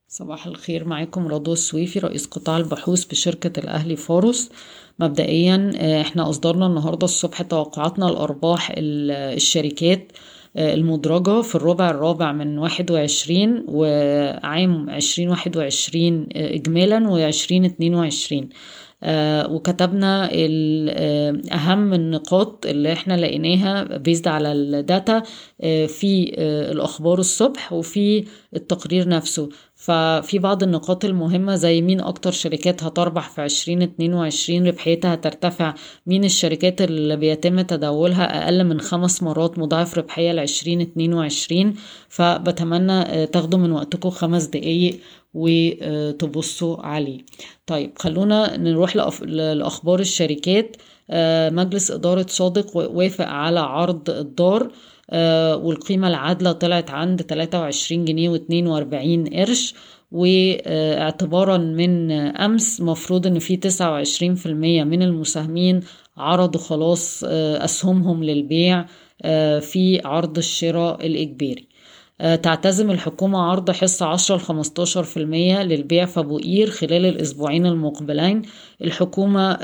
صباح الخير، معاكم رضوى السويفي رئيس قطاع البحوث بشركة الأهلي فورس. مبدئيا احنا أصدرنا النهاردة الصبح توقعاتنا لأرباح الشركات المدرجة في الربع الرابع من 21 وعام 2021 إجمالا و2022. وكتبنا أهم النقاط اللي احنا لقيناها بيزد على الداتا في الأخبار الصبح وفي التقرير نفسه. ففي بعض النقاط المهمة زي مين أكتر شركات هتربح في 2022، ربحيتها هترتفع، مين الشركات اللي بيتم تداولها أقل من 5 مرات مضاعف ربحية ل 2022. فبتمنى تاخدوا من وقتكم 5 دقايق وتبصوا عليه. طيب خلونا نروح لأخبار الشركات. مجلس إدارة صادق وافق على عرض الدار، والقيمة العادلة طلعت عند 23 جنيه و42 قرش. واعتبارا من أمس مفروض ان في 29% من المساهمين عرضوا خلاص أسهمهم للبيع في عرض الشراء الإجباري. تعتزم الحكومة عرض حصة 10-15% للبيع في أبو قير خلال الأسبوعين المقبلين. الحكومة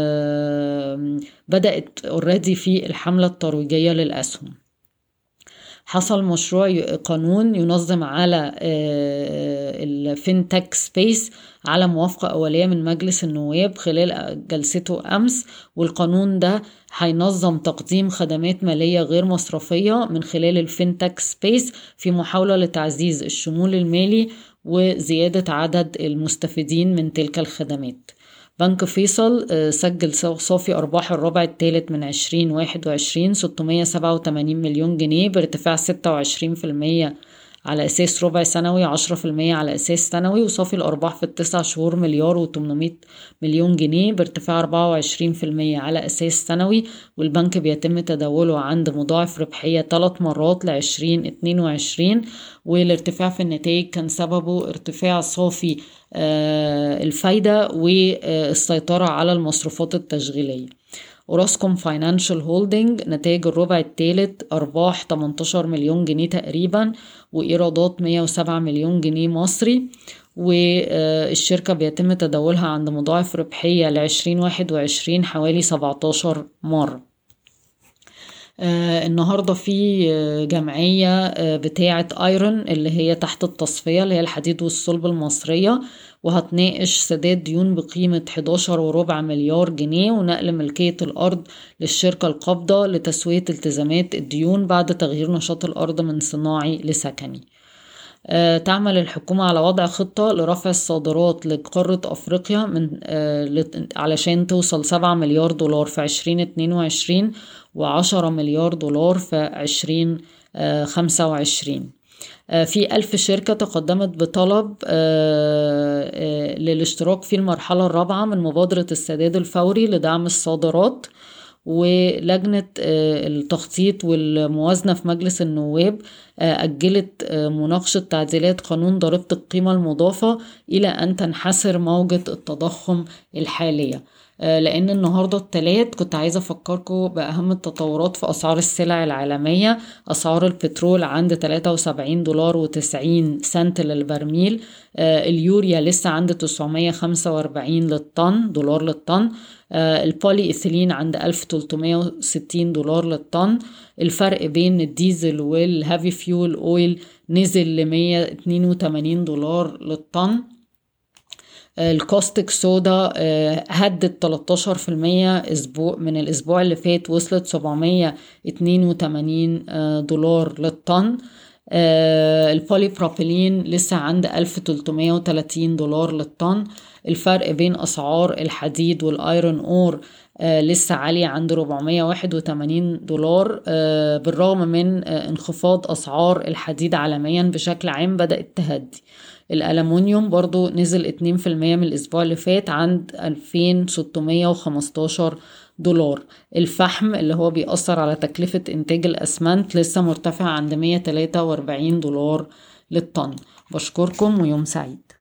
بدأت اوريدي في الحملة الترويجية للأسهم. حصل مشروع قانون ينظم على الفينتك سبيس على موافقة أولية من مجلس النواب خلال جلسته أمس، والقانون ده هينظم تقديم خدمات مالية غير مصرفية من خلال الفينتك سبيس في محاولة لتعزيز الشمول المالي وزيادة عدد المستفيدين من تلك الخدمات. بنك فيصل سجل صافي أرباح الربع الثالث من 2021 687 مليون جنيه بارتفاع 26% على أساس ربع سنوي، 10% على أساس سنوي. وصافي الأرباح في ال9 شهور مليار و800 مليون جنيه بارتفاع 24% على أساس سنوي. والبنك بيتم تداوله عند مضاعف ربحية 3 مرات ل2022. والارتفاع في النتائج كان سببه ارتفاع صافي الفايدة والسيطرة على المصروفات التشغيلية. أوراسكوم فاينانشال هولدنج نتائج الربع الثالث أرباح 18 مليون جنيه تقريبا وإيرادات 107 مليون جنيه مصري. والشركة بيتم تداولها عند مضاعف ربحية ل 2021 حوالي 17 مرة. النهاردة في جمعية بتاعة ايرون اللي هي تحت التصفية اللي هي الحديد والصلب المصرية، وهتناقش سداد ديون بقيمة 11.25 مليار جنيه ونقل ملكية الأرض للشركة القابضة لتسوية التزامات الديون بعد تغيير نشاط الأرض من صناعي لسكني. تعمل الحكومة على وضع خطة لرفع الصادرات لقارة أفريقيا من علشان توصل 7 مليار دولار في 2022 و10 مليار دولار في 2025. في 1000 شركة تقدمت بطلب للاشتراك في المرحلة الرابعة من مبادرة السداد الفوري لدعم الصادرات. ولجنة التخطيط والموازنة في مجلس النواب أجلت مناقشة تعديلات قانون ضريبة القيمة المضافة إلى أن تنحسر موجة التضخم الحالية. لأن النهاردة الثلاث كنت عايزة أفكركم بأهم التطورات في أسعار السلع العالمية. أسعار البترول عند 73 دولار و90 سنت للبرميل. اليوريا لسه عند 945 دولار للطن. البولي إيثيلين عند 1360 دولار للطن. الفرق بين الديزل والهافي فيول أويل نزل ل 182 دولار للطن. الكوستيك صودا هدت 13% أسبوع من الأسبوع اللي فات، وصلت 782 دولار للطن. البولي بروبيلين لسه عند 1330 دولار للطن. الفرق بين أسعار الحديد والآيرون أور لسه عالية عند 481 دولار بالرغم من انخفاض أسعار الحديد عالميا بشكل عام بدأت تهدي. الألمنيوم برضو نزل 2% من الأسبوع اللي فات عند 2615 دولار. الفحم اللي هو بيأثر على تكلفة إنتاج الأسمنت لسه مرتفع عند 143 دولار للطن. بشكركم ويوم سعيد.